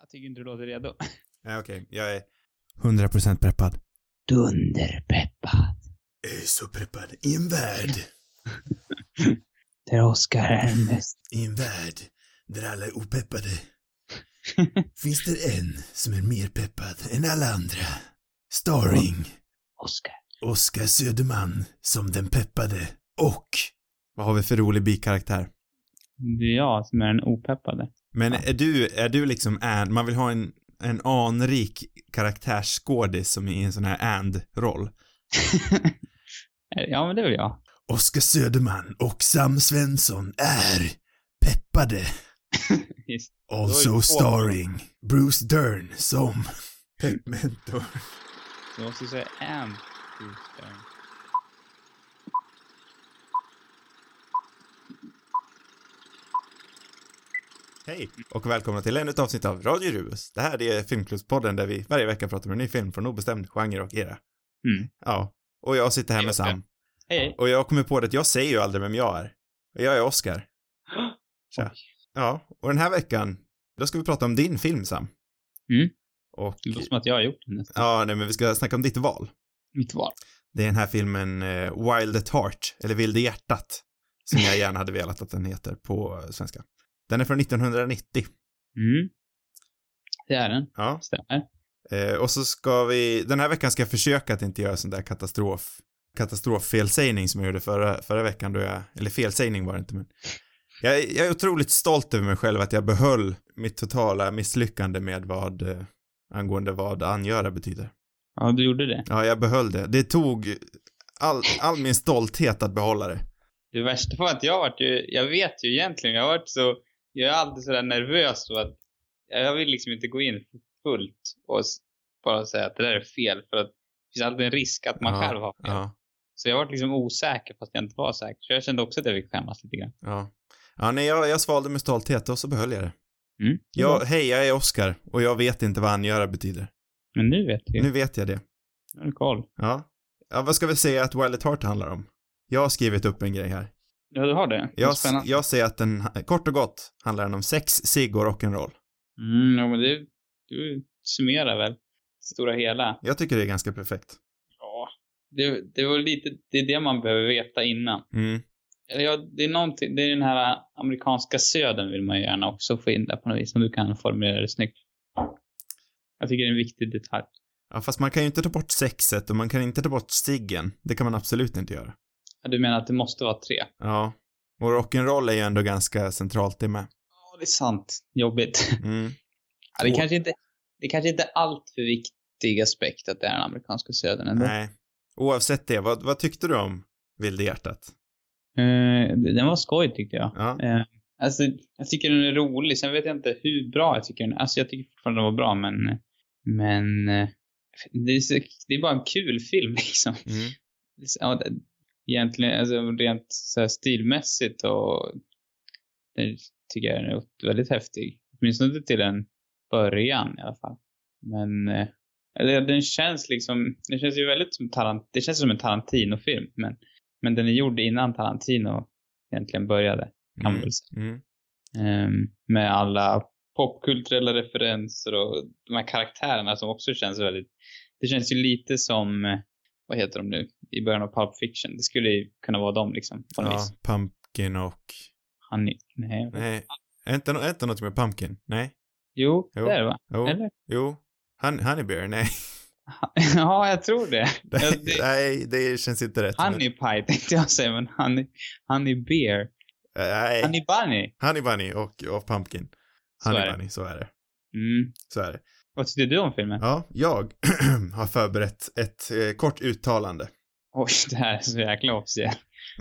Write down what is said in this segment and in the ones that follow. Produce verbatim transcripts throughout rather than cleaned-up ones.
Jag tycker inte du låter redo. Ja, okej. Okay. Jag är hundra procent preppad. Dunderpeppad. Jag är så preppad. I en värld. Där Oscar är mest. I en värld där alla är opeppade. Finns det en som är mer peppad än alla andra? Starring Oscar. Oscar Söderman som den peppade. Och vad har vi för rolig bikaraktär? Det är jag som är den opeppade. Men är du, är du liksom and, man vill ha en, en anrik karaktärsskådis som är i en sån här and-roll? Ja, men det vill jag. Oscar Söderman och Sam Svensson är peppade. Just. Also starring Bruce Dern som peppmentor. Du måste säga and Bruce Dern. Hej och välkomna till ännu ett avsnitt av Radio Rubus. Det här är Filmklubbspodden där vi varje vecka pratar om en ny film från obestämd genre och era. Mm. Ja, och jag sitter här med Sam. Hej. Och jag kommer på det att jag säger ju aldrig vem jag är. Och jag är Oscar. Tja. Ja, och den här veckan då ska vi prata om din film, Sam. Mm. Och det låter som att jag har gjort den nästan. Ja, nej, men vi ska snacka om ditt val. Mitt val. Det är den här filmen uh, Wild at Heart, eller Vild i hjärtat, som jag gärna hade velat att den heter på svenska. Den är från nittonhundranittio. Mm. Det är den. Ja. Stämmer. Uh, och så ska vi, den här veckan ska jag försöka att inte göra sån där katastrof, katastroffelsägning som jag gjorde förra, förra veckan då jag, eller felsägning var det inte, men jag, jag är otroligt stolt över mig själv att jag behöll mitt totala misslyckande med vad, uh, angående vad angöra betyder. Ja, du gjorde det. Ja, jag behöll det. Det tog all, all min stolthet att behålla det. Det värsta var att jag varit ju, jag vet ju egentligen, jag har varit så, jag är alltid så där nervös så att jag vill liksom inte gå in fullt och bara säga att det där är fel, för att det finns alltid en risk att man ja, själv har fel. Ja. Så jag var liksom osäker fast jag inte var säker. Så jag kände också att jag fick skämmas lite grann. Ja, ja nej, jag, jag svalde med stolthet och så behöll jag det. Mm. Jag, hej, jag är Oscar och jag vet inte vad angöra betyder. Men nu vet jag. Nu vet jag det. Nu har du koll. Ja. Ja, vad ska vi säga att Wild at Heart handlar om? Jag har skrivit upp en grej här. Ja, du har det. det jag, jag säger att den, kort och gott, handlar den om sex, cigg och rock'n'roll. Mm, ja, men det, du summerar väl det stora hela. Jag tycker det är ganska perfekt. Ja, det, det var lite, det är det man behöver veta innan. Mm. Ja, det är någonting, det är den här amerikanska södern vill man gärna också få in där på något vis, om du kan formulera det snyggt. Jag tycker det är en viktig detalj. Ja, fast man kan ju inte ta bort sexet och man kan inte ta bort ciggen. Det kan man absolut inte göra. Ja, du menar att det måste vara tre? Ja, och rock'n'roll är ju ändå ganska centralt det med. Ja, det är sant. Jobbigt. Mm. Ja, det, är kanske inte, det är kanske inte allt för viktig aspekt att det är den amerikanska södern ändå. Nej, oavsett det, vad, vad tyckte du om Vild i hjärtat? Uh, den var skoj tyckte jag. Ja. Uh, alltså, jag tycker den är rolig. Sen vet jag inte hur bra jag tycker den är. Alltså jag tycker fortfarande den var bra, men men uh, det, är så, det är bara en kul film liksom. Mm. Ja, det, egentligen alltså, rent så här, stilmässigt och det tycker jag är väldigt häftig. Åtminstone till en början i alla fall. Men uh, eller, den känns liksom, det känns ju väldigt som Tarant, det känns som en Tarantino-film, men Men den är gjord innan Tarantino egentligen började, kan man väl säga. Mm. Um, med alla popkulturella referenser och de här karaktärerna som också känns väldigt... Det känns ju lite som, vad heter de nu, i början av Pulp Fiction. Det skulle ju kunna vara dem liksom. På Ja, vis. Pumpkin och... Honey, nej. Nej, är inte, är inte något med Pumpkin? Nej. Jo, Jo. det är det va? Jo. Eller? Jo. Hon, Honey Bear, nej. Ja, jag tror det. Nej, Ja, det nej, det känns inte rätt. honey Pie tänkte jag säga, men Honey, honey Bear. Nej. Honey Bunny. Honey Bunny och, och Pumpkin. Så Honey är det. Bunny, så är det. Mm. Så är det. Vad tyckte du om filmen? Ja, jag har förberett ett eh, kort uttalande. Oj, det här är så jäkla officiellt.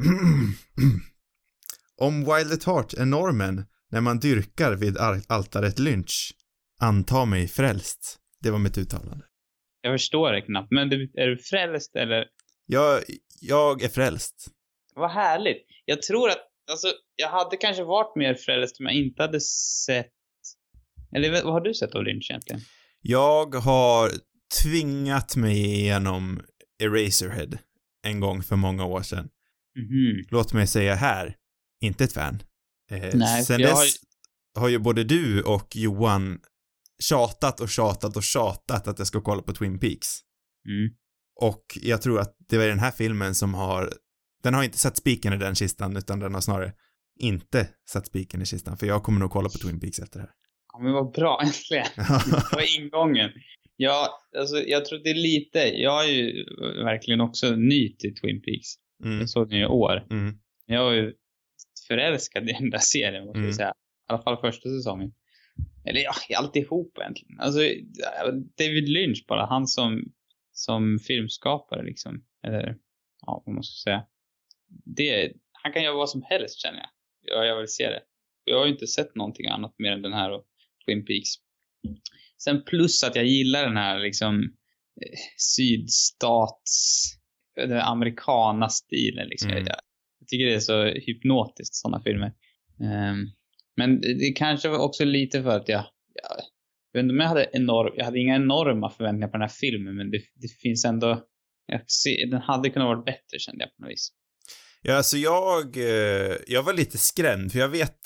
Om Wild at Heart är normen när man dyrkar vid altaret lynch, anta mig frälst. Det var mitt uttalande. Jag förstår det knappt. Men du, är du frälst eller? Jag, jag är frälst. Vad härligt. Jag tror att, alltså, jag hade kanske varit mer frälst om jag inte hade sett... Eller vad har du sett av Lynch egentligen? Jag har tvingat mig igenom Eraserhead en gång för många år sedan. Mhm. Låt mig säga här, inte ett fan. Eh, Nej, sen jag dess har... har ju både du och Johan tjatat och tjatat och tjatat att jag ska kolla på Twin Peaks. Mm. Och jag tror att det var den här filmen som har, den har inte satt spiken i den kistan, utan den har snarare inte satt spiken i kistan, för jag kommer nog kolla på Twin Peaks efter det här. Ja, men vad bra, äntligen. Det var ingången. Ja, alltså jag tror det är lite, jag är ju verkligen också ny till Twin Peaks. Mm. Jag såg den i år. Mm. Jag är ju förälskad i den där serien, måste Mm. jag säga. I alla fall första säsongen. Eller ja, alltihop egentligen. Alltså, David Lynch bara, han som, som filmskapare liksom. Eller, ja, vad man ska säga. Det, han kan göra vad som helst, känner jag. Ja, jag vill se det. Jag har ju inte sett någonting annat mer än den här och Twin Peaks. Sen plus att jag gillar den här liksom eh, sydstats den amerikana-stilen liksom. Mm. Jag, jag tycker det är så hypnotiskt, sådana filmer. Um, men det, det kanske var också lite för att jag, jag, jag vet inte om jag hade enorm, jag hade inga enorma förväntningar på den här filmen, men det, det finns ändå, jag ser, den hade kunnat vara bättre, kände jag på något vis. Ja, alltså jag, eh, jag var lite skrämd, för jag vet,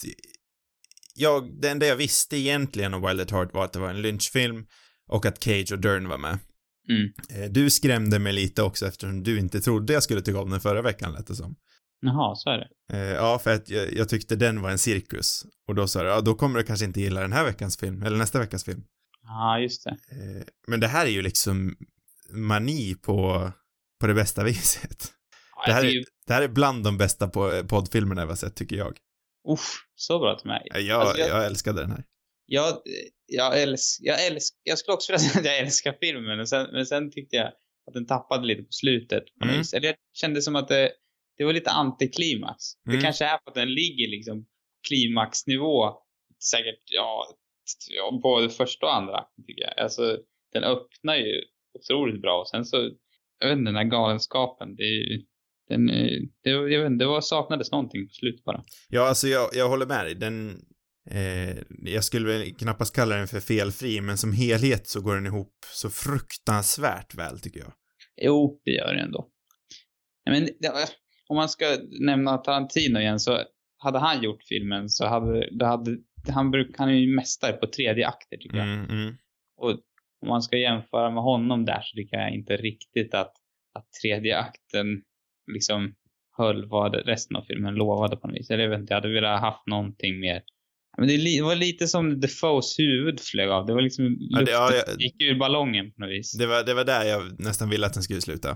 jag, det enda jag visste egentligen om Wild at Heart var att det var en Lynch-film och att Cage och Dern var med. Mm. Eh, du skrämde mig lite också eftersom du inte trodde jag skulle tycka om den förra veckan, lät det som. Jaha, så är det. Eh, ja, för att jag, jag tyckte den var en cirkus. Och då sa du, ja, då kommer du kanske inte gilla den här veckans film, eller nästa veckas film. Ja, just det. Eh, men det här är ju liksom mani på, på det bästa viset. Ja, Det här, tycker, är, det här är bland de bästa po- poddfilmerna jag har sett, tycker jag. uff, så bra till mig. Jag, Alltså, jag, jag älskade den här. jag, jag, älsk, jag, älsk, jag skulle också vilja säga att jag älskar filmen, men sen, men sen tyckte jag att den tappade lite på slutet. På Mm. Eller jag kände som att det, det var lite antiklimax. Mm. Det kanske är för att den ligger liksom klimaxnivå, säkert, ja, ja, både första och andra, tycker jag. Alltså, den öppnar ju otroligt bra, och sen så, jag vet inte, den här galenskapen, det är ju, den, det, jag vet inte, det var, saknades någonting på slutet bara. Ja, alltså jag, jag håller med dig. Den, eh, jag skulle väl knappast kalla den för felfri, men som helhet så går den ihop så fruktansvärt väl, tycker jag. Jo, det gör det ändå. Men det, om man ska nämna Tarantino igen, så hade han gjort filmen så hade, det hade han bruk, han är ju mästare på tredje akter, tycker jag. Mm, mm. Och om man ska jämföra med honom där, så tycker jag inte riktigt att, att tredje akten liksom höll vad resten av filmen lovade på något vis. Eller jag vet inte, jag hade velat haft någonting mer. Men det, det var lite som Defoes huvud flög av. Det var liksom Ja, det, ja, jag, gick ur ballongen på något vis. det, var, det var där jag nästan ville att den skulle sluta.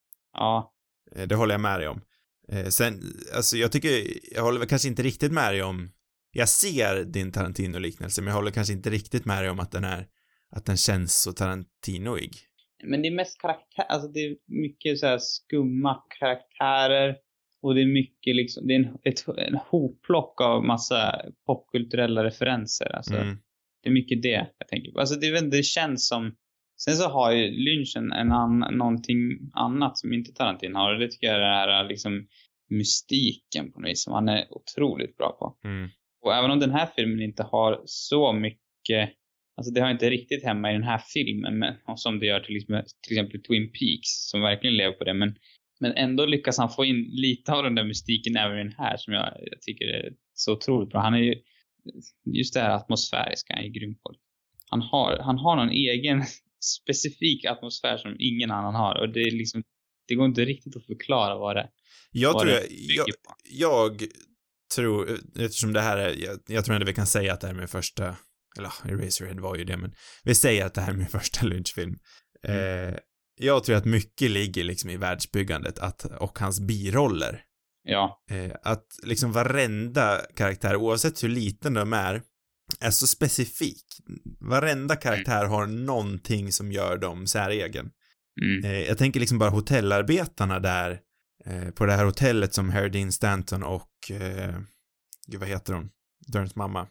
Ja. Eh, Det håller jag med dig om. Eh, Sen, alltså jag tycker, jag håller väl kanske inte riktigt med dig om, jag ser din Tarantino-liknelse, men jag håller kanske inte riktigt med dig om att den är, att den känns så Tarantinoig. Men det är mest karaktär, alltså det är mycket så här skumma karaktärer, och det är mycket liksom, det är en, ett, en hopplock av massa popkulturella referenser, alltså. Mm. Det är mycket det jag tänker på. Alltså det, vet inte, det känns som, sen så har ju Lynch en, en annan, någonting annat som inte Tarantino har, och det tycker jag är det här liksom mystiken på något vis som han är otroligt bra på. Mm. Och även om den här filmen inte har så mycket, alltså det har inte riktigt hemma i den här filmen, men, som det gör till, liksom, till exempel Twin Peaks, som verkligen lever på det, men, men ändå lyckas han få in lite av den där mystiken även i den här, som jag, jag tycker är så otroligt bra. Han är ju, just det här atmosfäriska, han är grym på det. Han har, han har någon egen specifik atmosfär som ingen annan har, och det är liksom, det går inte riktigt att förklara vad det, Jag vad tror det jag, bygger jag, på. jag tror, eftersom det här är, jag, jag tror ändå vi kan säga att det här är min första, eller ja, Eraserhead var ju det, men vi säger att det här är min första Lynch-film. Mm. Eh, jag tror att mycket ligger liksom i världsbyggandet att, och hans biroller. Ja. Eh, att liksom varenda karaktär, oavsett hur liten de är, är så specifik. Varenda karaktär mm. har någonting som gör dem säregen. Mm. Eh, jag tänker liksom bara hotellarbetarna där, eh, på det här hotellet som Harry Dean Stanton och, eh, gud vad heter hon? Derns mamma.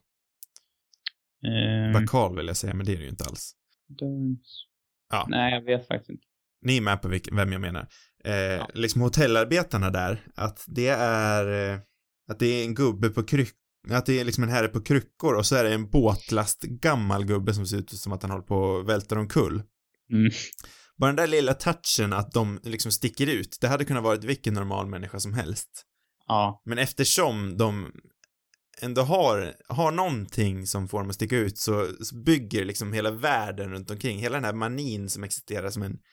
Um, Bacall vill jag säga, men det är det ju inte alls. Derns. Ja. Nej, jag vet faktiskt inte. Ni är med på vilk- vem jag menar. Eh, Ja. Liksom hotellarbetarna där, att det är, eh, att det är en gubbe på kryckor, att det är liksom en herre på kryckor, och så är det en båtlast gammal gubbe som ser ut som att han håller på att välta omkull. Mm. Bara den där lilla touchen att de liksom sticker ut, det hade kunnat vara vilken normal människa som helst. Ja. Men eftersom de ändå har, har någonting som får dem att sticka ut, så, så bygger liksom hela världen runt omkring, hela den här manin som existerar som en...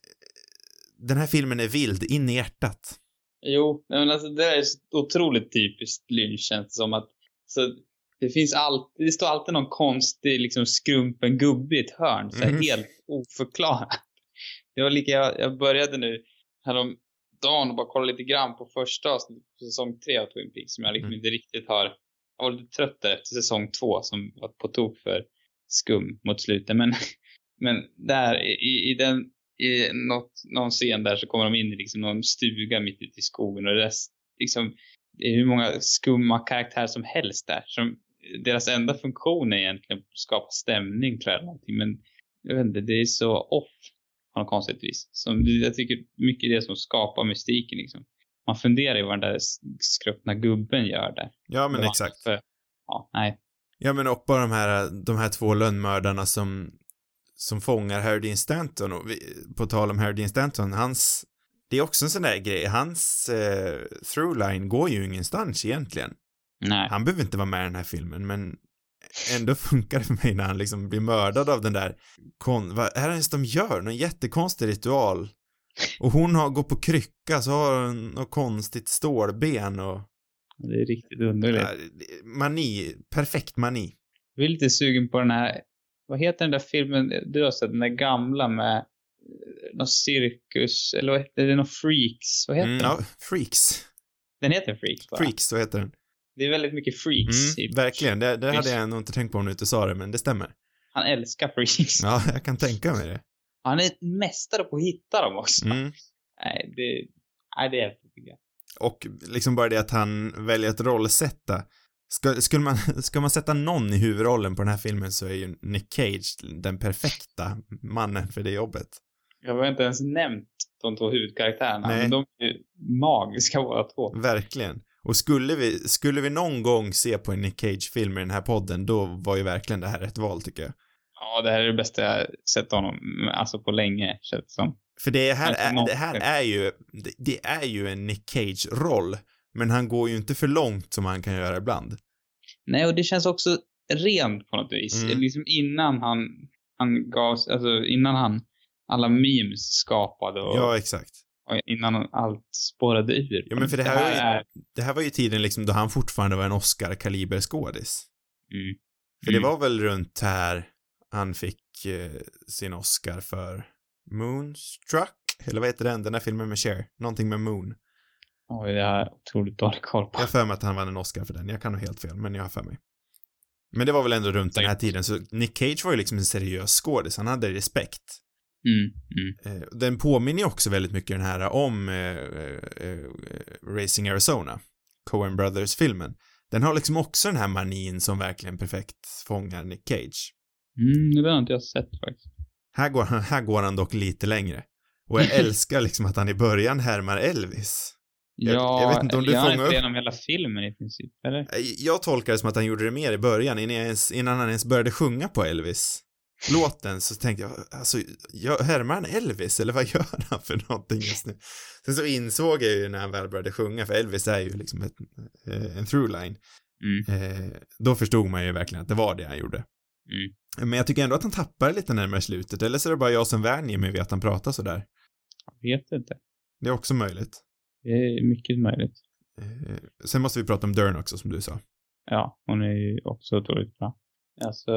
Den här filmen är vild in i hjärtat. Jo, men alltså det är otroligt typiskt Lynch, känns som att så det finns alltid, det står alltid någon konstig liksom skrumpen gubbe i ett hörn, så här, mm. helt oförklarat. Det var lika, jag, jag började nu häromdagen och bara kolla lite grann på första avsnittet på säsong tre av Twin Peaks, som jag liksom mm. inte riktigt har, jag var lite trött där efter säsong två som var på tok för skum mot slutet, men, men där i, i den i något, någon scen där så kommer de in i liksom någon stuga mitt ute i skogen, och det är, liksom, det är hur många skumma karaktärer som helst där. Som, deras enda funktion är egentligen att skapa stämning, tror jag, någonting. Men jag vet inte, det är så off på något konstigt vis. Som, jag tycker mycket är det som skapar mystiken. Liksom. Man funderar ju vad den där skruppna gubben gör där. Ja, men exakt. För, ja, nej. Ja, men och bara de här, de här två lönnmördarna som som fångar Harry Dean Stanton, och vi, på tal om Harry Dean Stanton, hans, det är också en sån där grej, hans eh, throughline går ju ingenstans egentligen. Nej. Han behöver inte vara med i den här filmen, men ändå funkar det för mig när han liksom blir mördad av den där kon- vad är det ens de gör? Någon jättekonstig ritual. Och hon har gått på krycka, så har hon något konstigt stålben och... Det är riktigt underligt. Ja, mani, perfekt mani. Jag är lite sugen på den här, vad heter den där filmen du har sett, den där gamla med någon cirkus, eller vad heter det, någon Freaks, vad heter mm, den? Ja, Freaks. Den heter Freaks, va? Freaks, så heter den. Det är väldigt mycket Freaks. Mm, verkligen, det, det hade jag nog inte tänkt på om du inte sa det, men det stämmer. Han älskar Freaks. Ja, jag kan tänka mig det. Han är ett mästare på att hitta dem också. Mm. Nej, det, nej, det är det, tycker jag. Och liksom bara det att han väljer att rollsätta. Ska, skulle man, ska man sätta någon i huvudrollen på den här filmen, så är ju Nick Cage den perfekta mannen för det jobbet. Jag har inte ens nämnt de två huvudkaraktärerna. Nej. Men de är magiska båda två. Verkligen. Och skulle vi, skulle vi någon gång se på en Nick Cage-film i den här podden, då var ju verkligen det här ett val, tycker jag. Ja, det här är det bästa jag sett honom, alltså på länge, känns det som. För det här är, det här är ju det, det är ju en Nick Cage-roll, men han går ju inte för långt som han kan göra ibland. Nej, och det känns också rent på något vis. Mm. Liksom innan han, han gav, alltså innan han alla memes skapade och, ja, exakt. Och innan allt spårade ur. Ja, men för det här, det här, var, ju, är... det här var ju tiden liksom då han fortfarande var en Oscar-kaliber skådis. Mm. För mm. det var väl runt här han fick eh, sin Oscar för Moonstruck, eller vad heter den, den här filmen med Cher, någonting med Moon. Oj, jag har otroligt dålig koll på. Jag har för mig att han vann en Oscar för den, jag kan ha helt fel, men jag har för mig. Men det var väl ändå runt den här tiden, så Nick Cage var ju liksom en seriös skådis, han hade respekt. Mm, mm. Eh, den påminner ju också väldigt mycket den här om eh, eh, Racing Arizona, Coen Brothers-filmen. Den har liksom också den här manin som verkligen perfekt fångar Nick Cage. Mm, det har inte jag sett faktiskt. Här går, han, här går han dock lite längre. Och jag älskar liksom att han i början härmar Elvis. Jag, ja, jag vet inte om du fångar upp... genom hela filmen i princip, eller? Jag tolkar det som att han gjorde det mer i början, innan, ens, innan han ens började sjunga på Elvis-låten, så tänkte jag, alltså, jag, härmar han Elvis, eller vad gör han för någonting just nu? Sen så insåg jag ju när han väl började sjunga, för Elvis är ju liksom ett, en throughline. Mm. Eh, då förstod man ju verkligen att det var det han gjorde. Mm. Men jag tycker ändå att han tappar lite närmare slutet, eller så är det bara jag som vänjer mig vid att han pratar så där. Jag vet inte. Det är också möjligt. Det är mycket möjligt. Eh, sen måste vi prata om Dern också, som du sa. Ja, hon är ju också otroligt bra. Alltså,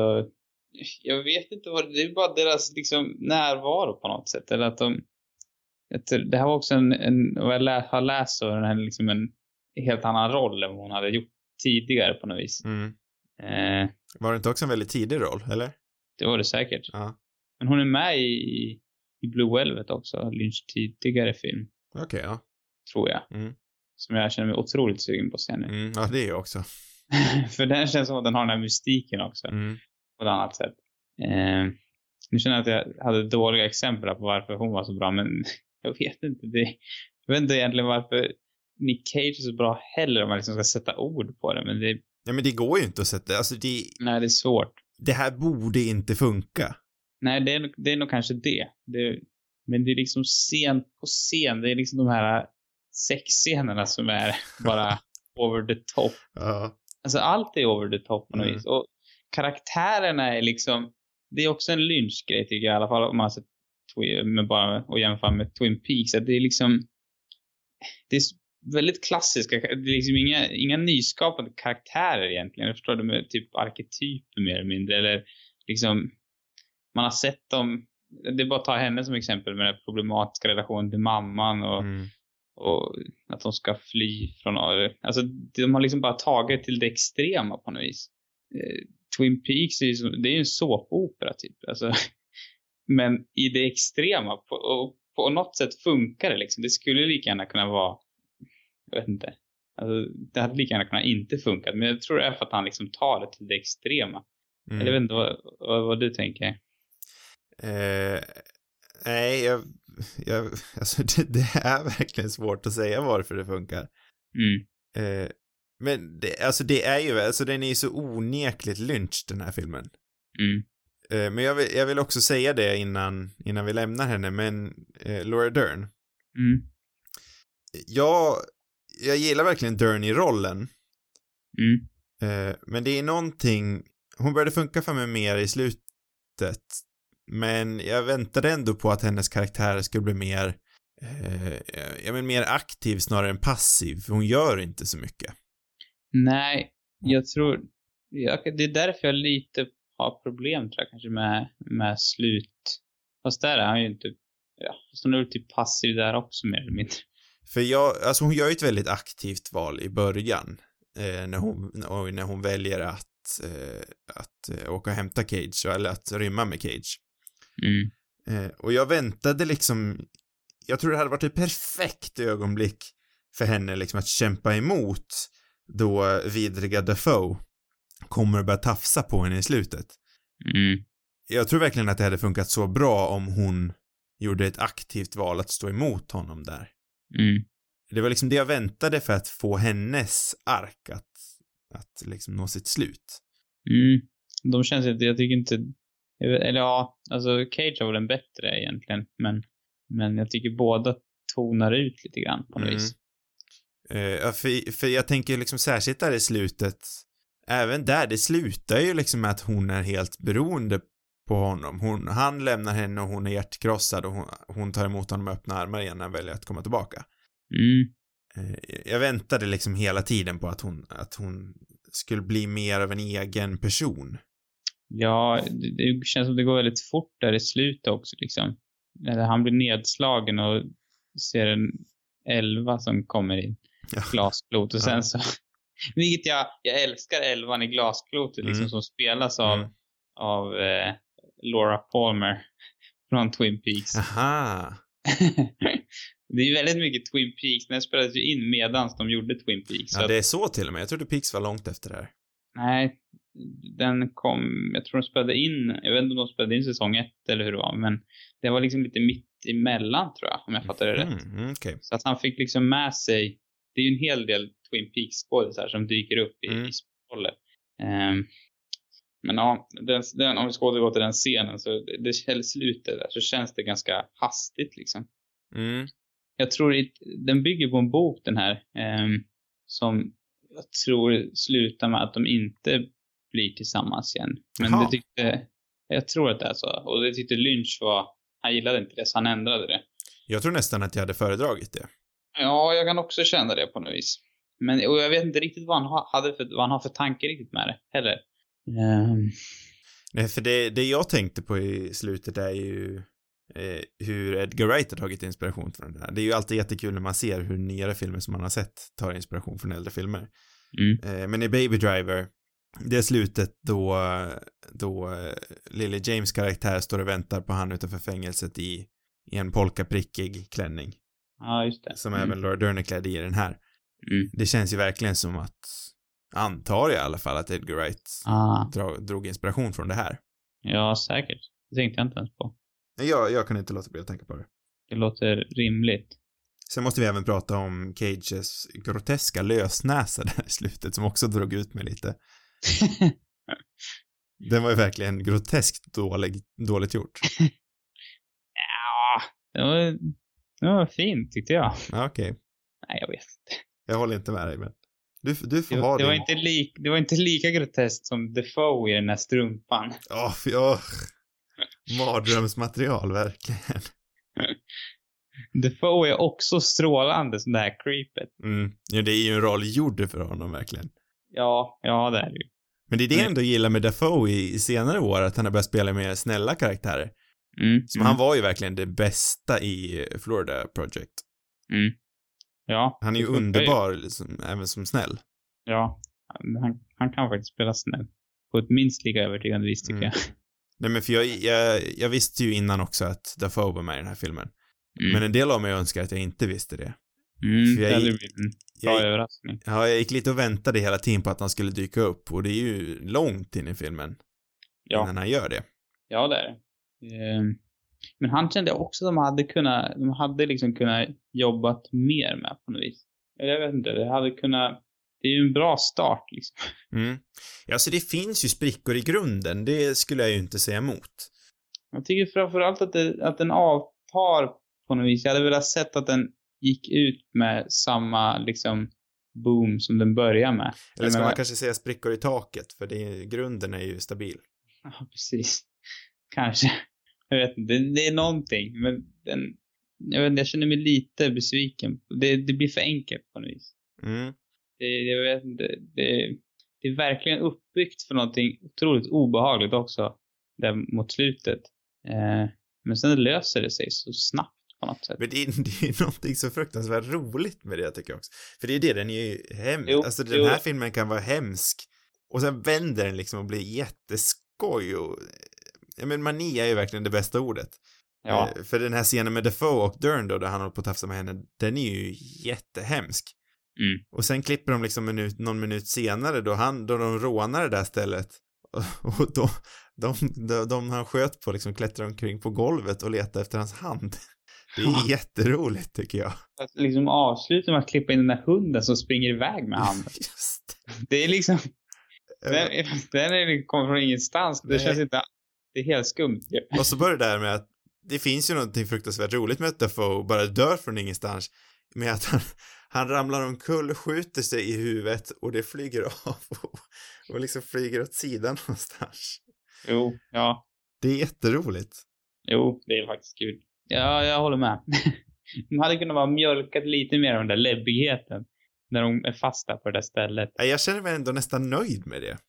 jag vet inte vad det är, bara deras liksom närvaro på något sätt. Eller att de, det här var också en, en och jag lä, har läst så den här liksom en helt annan roll än vad hon hade gjort tidigare på något vis. Mm. Eh, var det inte också en väldigt tidig roll, eller? Det var det säkert. Ja. Men hon är med i, i Blue Velvet också, Lynch tidigare film. Okej, okay, ja. Tror jag. Mm. Som jag känner mig otroligt sugen på att se nu. Mm, ja, det är jag också. För den känns som att den har den här mystiken också. Mm. På ett annat sätt. Eh, nu känner jag att jag hade dåliga exempel på varför hon var så bra. Men jag vet inte. Det, jag vet inte egentligen varför Nick Cage är så bra heller, om man liksom ska sätta ord på det. Men det, ja, men det går ju inte att sätta. Alltså det, nej, det är svårt. Det här borde inte funka. Nej, det är, det är nog kanske det. det. Men det är liksom scen på scen. Det är liksom de här sexscenerna som är bara over the top. Ja. alltså allt är over the top på något Mm. vis. Och karaktärerna är liksom, det är också en lynchgrej tycker jag i alla fall om man har sett med bara och jämför med Twin Peaks, att det är liksom, det är väldigt klassiska, det är liksom inga, inga nyskapande karaktärer egentligen. Jag förstår det med typ arketyper mer eller mindre, eller liksom man har sett dem, det är bara att ta henne som exempel med den problematiska relationen till mamman och, Mm. och att de ska fly från, alltså de har liksom bara tagit till det extrema på något vis. eh, Twin Peaks är ju, det är ju en såpopera typ, alltså, men i det extrema på, och på något sätt funkar det liksom. Det skulle lika gärna kunna vara, jag vet inte, alltså, det hade lika gärna kunnat inte funkat, men jag tror det är för att han liksom tar det till det extrema. Mm. Eller jag vet inte vad, vad, vad du tänker. Eh, nej, jag, jag, alltså det, det är verkligen svårt att säga varför det funkar. Mm. Eh, men det, alltså det är ju, alltså den är ju så onekligt lynch den här filmen. Mm. Eh, men jag vill, jag vill också säga det innan, innan vi lämnar henne, men eh, Laura Dern. Mm. Jag, jag gillar verkligen Dern i rollen. Mm. Eh, men det är någonting, hon började funka för mig mer i slutet. Men jag väntade ändå på att hennes karaktär skulle bli mer eh, jag men mer aktiv snarare än passiv, för hon gör inte så mycket. Nej, jag tror jag, det är därför jag lite har problem tror jag kanske med, med slut. Fast där är han ju inte, ja, fast hon är typ passiv där också mer eller mindre. För jag, alltså hon gör ju ett väldigt aktivt val i början eh, när hon när hon väljer att eh, att eh, åka och hämta Cage, eller att rymma med Cage. Mm. Eh, och jag väntade liksom, jag tror det hade varit ett perfekt ögonblick för henne liksom att kämpa emot då vidriga Dafoe kommer att börja tafsa på henne i slutet. Mm. Jag tror verkligen att det hade funkat så bra om hon gjorde ett aktivt val att stå emot honom där. Mm. Det var liksom det jag väntade för att få hennes ark att, att liksom nå sitt slut. Mm. De känns inte, jag tycker inte, eller ja, alltså Cage var den bättre egentligen, men, men jag tycker båda tonar ut lite grann på något Mm. vis. Uh, för, för jag tänker liksom särskilt där i slutet, även där, det slutar ju liksom med att hon är helt beroende på honom. Hon, han lämnar henne och hon är hjärtkrossad och hon, hon tar emot honom med öppna armar igen när han väljer att komma tillbaka. Mm. Uh, jag väntade liksom hela tiden på att hon, att hon skulle bli mer av en egen person. Ja, det, det känns som det går väldigt fort där i slutet också liksom. Eller han blir nedslagen och ser en elva som kommer in. Ja. Glasklot och sen Ja. så vilket jag, jag älskar elvan i glasklotet liksom, Mm. som spelas av Mm. av eh, Laura Palmer från Twin Peaks. Aha. Det är ju väldigt mycket Twin Peaks. Den spelades ju in medans de gjorde Twin Peaks. Ja, så det att, är så till och med. Jag trodde Peaks var långt efter det här. nej, den kom, jag tror de spelade in, jag vet inte om de spelade in säsong ett eller hur det var, men det var liksom lite mitt emellan tror jag, om jag fattar det rätt. Mm, okay. Så att han fick liksom med sig, det är ju en hel del Twin Peaks-skådisar som dyker upp i, Mm. i roller. Um, men ja, den, den, om vi ska återgå till den scenen så det, det eller slutet där, så känns det ganska hastigt liksom. Mm. Jag tror it, den bygger på en bok den här um, som jag tror slutar med att de inte blir tillsammans igen. Men Jaha. det tyckte, jag tror att det är så. Och det tyckte Lynch var, han gillade inte det så han ändrade det. Jag tror nästan att jag hade föredragit det. Ja, jag kan också känna det på något vis. Men och jag vet inte riktigt vad han, ha, hade för, vad han har för tanke riktigt med det heller. Um. Nej, för det, det jag tänkte på i slutet är ju eh, hur Edgar Wright har tagit inspiration från det här. Det är ju alltid jättekul när man ser hur nyare filmer som man har sett tar inspiration från äldre filmer. Mm. Eh, men i Baby Driver, det är slutet då, då eh, Lily James karaktär står och väntar på han utanför fängelset i, i en polkaprickig klänning. Ja, just det. Som mm. även Laura Dern är klädd i den här. Mm. Det känns ju verkligen som att, antar jag i alla fall, att Edgar Wright Ah. dra, drog inspiration från det här. Ja, säkert. Det tänkte jag inte ens på. Jag, jag kan inte låta bli att tänka på det. Det låter rimligt. Sen måste vi även prata om Cages groteska lösnäsa där i slutet som också drog ut mig lite. Den var ju verkligen groteskt dålig, dåligt gjort. Ja, det var, det var fint tyckte jag. Ja, okej. Okay. Nej, jag vet inte. Jag håller inte med dig, men Du, du får Det, ha det, din. var inte lik, det var inte lika groteskt som Defoe i den här strumpan. Åh, fy, åh. Mardrömsmaterial, verkligen. Defoe är också strålande som det här creepet. Mm. Ja, det är ju en roll gjord för honom, verkligen. Ja, ja det är det ju. Men det är det jag ändå gillar med Dafoe i, i senare år, att han har börjat spela med snälla karaktärer. Mm, Som mm, han var ju verkligen det bästa i Florida Project. mm. Ja. Han är ju det funkar underbar, liksom, även som snäll. Ja, han, han kan faktiskt spela snäll. På ett minst lika övertygande vis tycker Mm. jag. Nej, men för jag, jag, jag visste ju innan också att Dafoe var med i den här filmen. Mm. Men en del av mig önskar att jag inte visste det. Mm, för det jag- hade blivit en bra jag- överraskning. Ja, jag gick lite och väntade hela tiden på att han skulle dyka upp. Och det är ju långt in i filmen Ja, innan han gör det. ja det är det. Ehm, Men han kände också att de hade kunnat, de hade liksom kunnat jobbat mer med på något vis. Eller jag vet inte, det hade kunnat, det är ju en bra start liksom. Mm. Ja, så det finns ju sprickor i grunden. Det skulle jag ju inte säga emot. Jag tycker framförallt att, det, att den avtar på något vis. Jag hade velat sett att den gick ut med samma liksom boom som den börjar med. Eller ska Jag man menar- kanske säga sprickor i taket? För det, grunden är ju stabil. Ja, precis. Kanske. Jag vet inte, det, det är någonting. Men den, jag vet inte, jag känner mig lite besviken. Det, det blir för enkelt på något vis. Mm. Det, jag vet inte, det, det är verkligen uppbyggt för någonting otroligt obehagligt också. Där mot slutet. Eh, men sen löser det sig så snabbt på något sätt. Men det är, det är någonting så fruktansvärt roligt med det, jag tycker jag också. För det är det, den är ju hemsk. Jo, Alltså den jo. här filmen kan vara hemsk. Och sen vänder den liksom och blir jätteskoj. Och, ja, men mani är ju verkligen det bästa ordet. Ja, Eh, För den här scenen med Dafoe och Dern då, där han håller på att tafsa med henne, den är ju jättehemsk. mm. Och sen klipper de liksom minut, någon minut senare då, han, då de rånar det där stället. Och, och då, de, de, de han sköt på liksom klättrar omkring på golvet och letar efter hans hand. Det är jätteroligt, tycker jag. Att liksom avsluta med att klippa in den där hunden som springer iväg med handen. Just Det är liksom, det. den, den är, kommer från ingenstans. Det Nej. känns inte, det är helt skumt ju. Och så börjar det där med att det finns ju någonting fruktansvärt roligt med att Dafoe bara dör från ingenstans. Med att han, han ramlar omkull, skjuter sig i huvudet och det flyger av och, och liksom flyger åt sidan någonstans. Jo, ja. Det är jätteroligt. Jo, det är faktiskt kul. Ja, jag håller med. De hade kunnat vara mjölkat lite mer av den där läbbigheten. När de är fasta på det där stället. Nej, jag känner mig ändå nästan nöjd med det.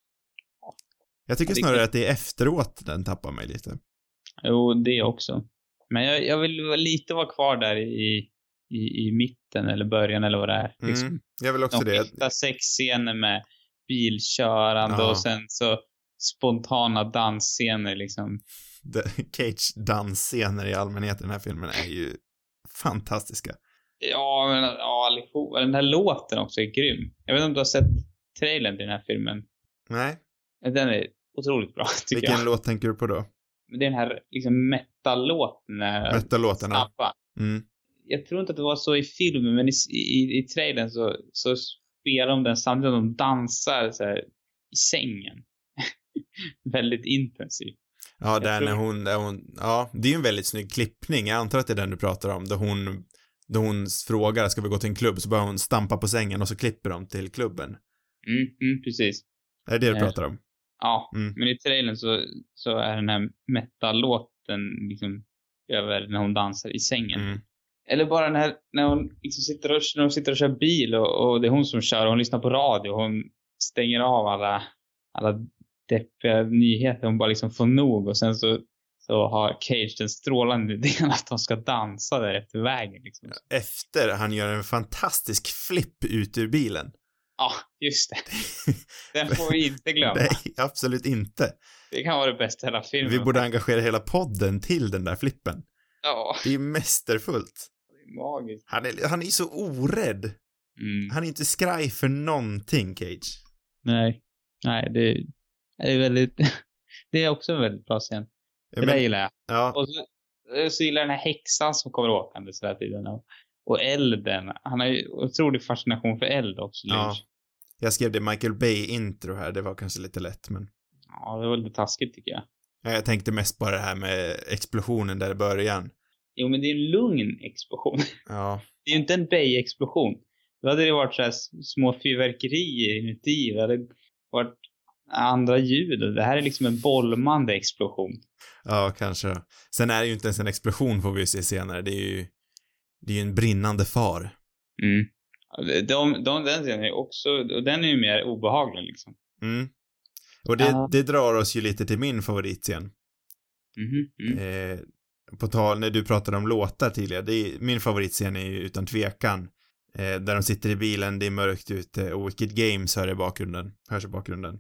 Jag tycker Ja, det snarare kan- att det är efteråt den tappar mig lite. Jo, det också. Men jag, jag vill vara lite vara kvar där i, i, i mitten eller början eller vad det är. Liksom. Mm, jag vill också De det. skiftar sexscener med bilkörande Ja. och sen så spontana dansscener liksom. The- Cage dansscener i allmänhet i den här filmen är ju fantastiska. Ja, men ja, allihop. Den här låten också är grym. Jag vet inte om du har sett trailern till den här filmen. Nej, Den är otroligt bra, tycker vilken jag. låt tänker du på då? Men det är den här liksom metal-låten. Metal-låtarna. Snabba. Mm. Jag tror inte att det var så i filmen, men i, i, i trailern så, så spelar de den samtidigt som de dansar så här, i sängen. Väldigt intensivt. Ja, där tror- när hon, där hon, ja, det är ju en väldigt snygg klippning. Jag antar att det är den du pratar om. Då hon, då hon frågar, ska vi gå till en klubb? Så börjar hon stampa på sängen och så klipper de till klubben. Mm, mm, precis. Är det det du Eh. pratar om? Ja, Mm. men i trailern så, så är den här metal-låten liksom över när hon dansar i sängen. Mm. Eller bara när, när hon liksom sitter och, när hon sitter och kör bil och, och det är hon som kör och hon lyssnar på radio och hon stänger av alla, alla deppiga nyheter. Hon bara liksom får nog och sen så, så har Cage den strålande idén att de ska dansa där efter vägen. Liksom. Efter han gör en fantastisk flipp ut ur bilen. Ja, just det. Den får vi inte glömma. Nej, absolut inte. Det kan vara det bästa i hela filmen. Vi borde engagera hela podden till den där flippen. Ja, Det är mästerfullt. det är magiskt. Han är, han är så orädd. Mm. Han är inte skraj för någonting, Cage. Nej, nej, det, det är väldigt, det är också en väldigt bra scen. Det Men- där gillar jag. Ja, Och så, så gillar jag den här häxan som kommer åkande så här tiden. Och, och elden. Han har ju otrolig fascination för eld också. Ja. Lynch. jag skrev det Michael Bay-intro här. Det var kanske lite lätt, men... Ja, det var lite taskigt tycker jag. Ja, jag tänkte mest på det här med explosionen där i början. Jo, men det är en lugn explosion. Ja, Det är ju inte en Bay-explosion. Då hade det varit så här små fyrverkerier inuti. Det hade varit andra ljud. Det här är liksom en bollmande explosion. Ja, kanske då. Sen är det ju inte ens en explosion får vi se senare. Det är ju, det är ju en brinnande far. Mm. De, de, den scenen är också, och den är ju mer obehaglig liksom. Mm. Och det, Ja. det drar oss ju lite till min favoritscen. Mm-hmm. Mm. Eh, på tal, när du pratade om låtar tidigare, det är, min favoritscen är ju utan tvekan eh, där de sitter i bilen, det är mörkt ute och Wicked Games hör i bakgrunden, hörs i bakgrunden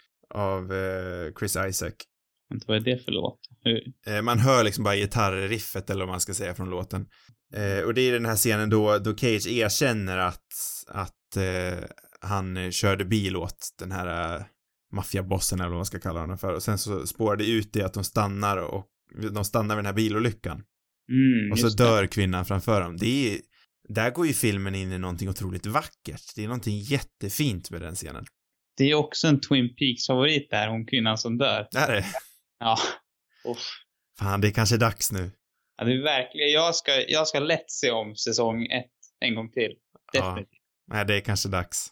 av eh, Chris Isaac. Inte vad är det för låt? Hur? Eh, man hör liksom bara gitarriffet eller vad man ska säga från låten. Eh, och det är den här scenen då, då Cage erkänner att, att eh, han körde bil åt den här eh, maffiabossen eller vad man ska kalla honom för. Och sen så spårar det ut i att de stannar och de stannar vid den här bilolyckan. Mm, och så just dör det. kvinnan framför dem. Det är, där går ju filmen in i någonting otroligt vackert. Det är någonting jättefint med den scenen. Det är också en Twin Peaks-favorit där, hon kvinnan som dör. Det är det. Ja. Uff. Fan, det är kanske dags nu. Ja, det är verkligen, jag ska, jag ska lätt se om säsong ett en gång till. Definitivt. Ja. Nej, det är kanske dags.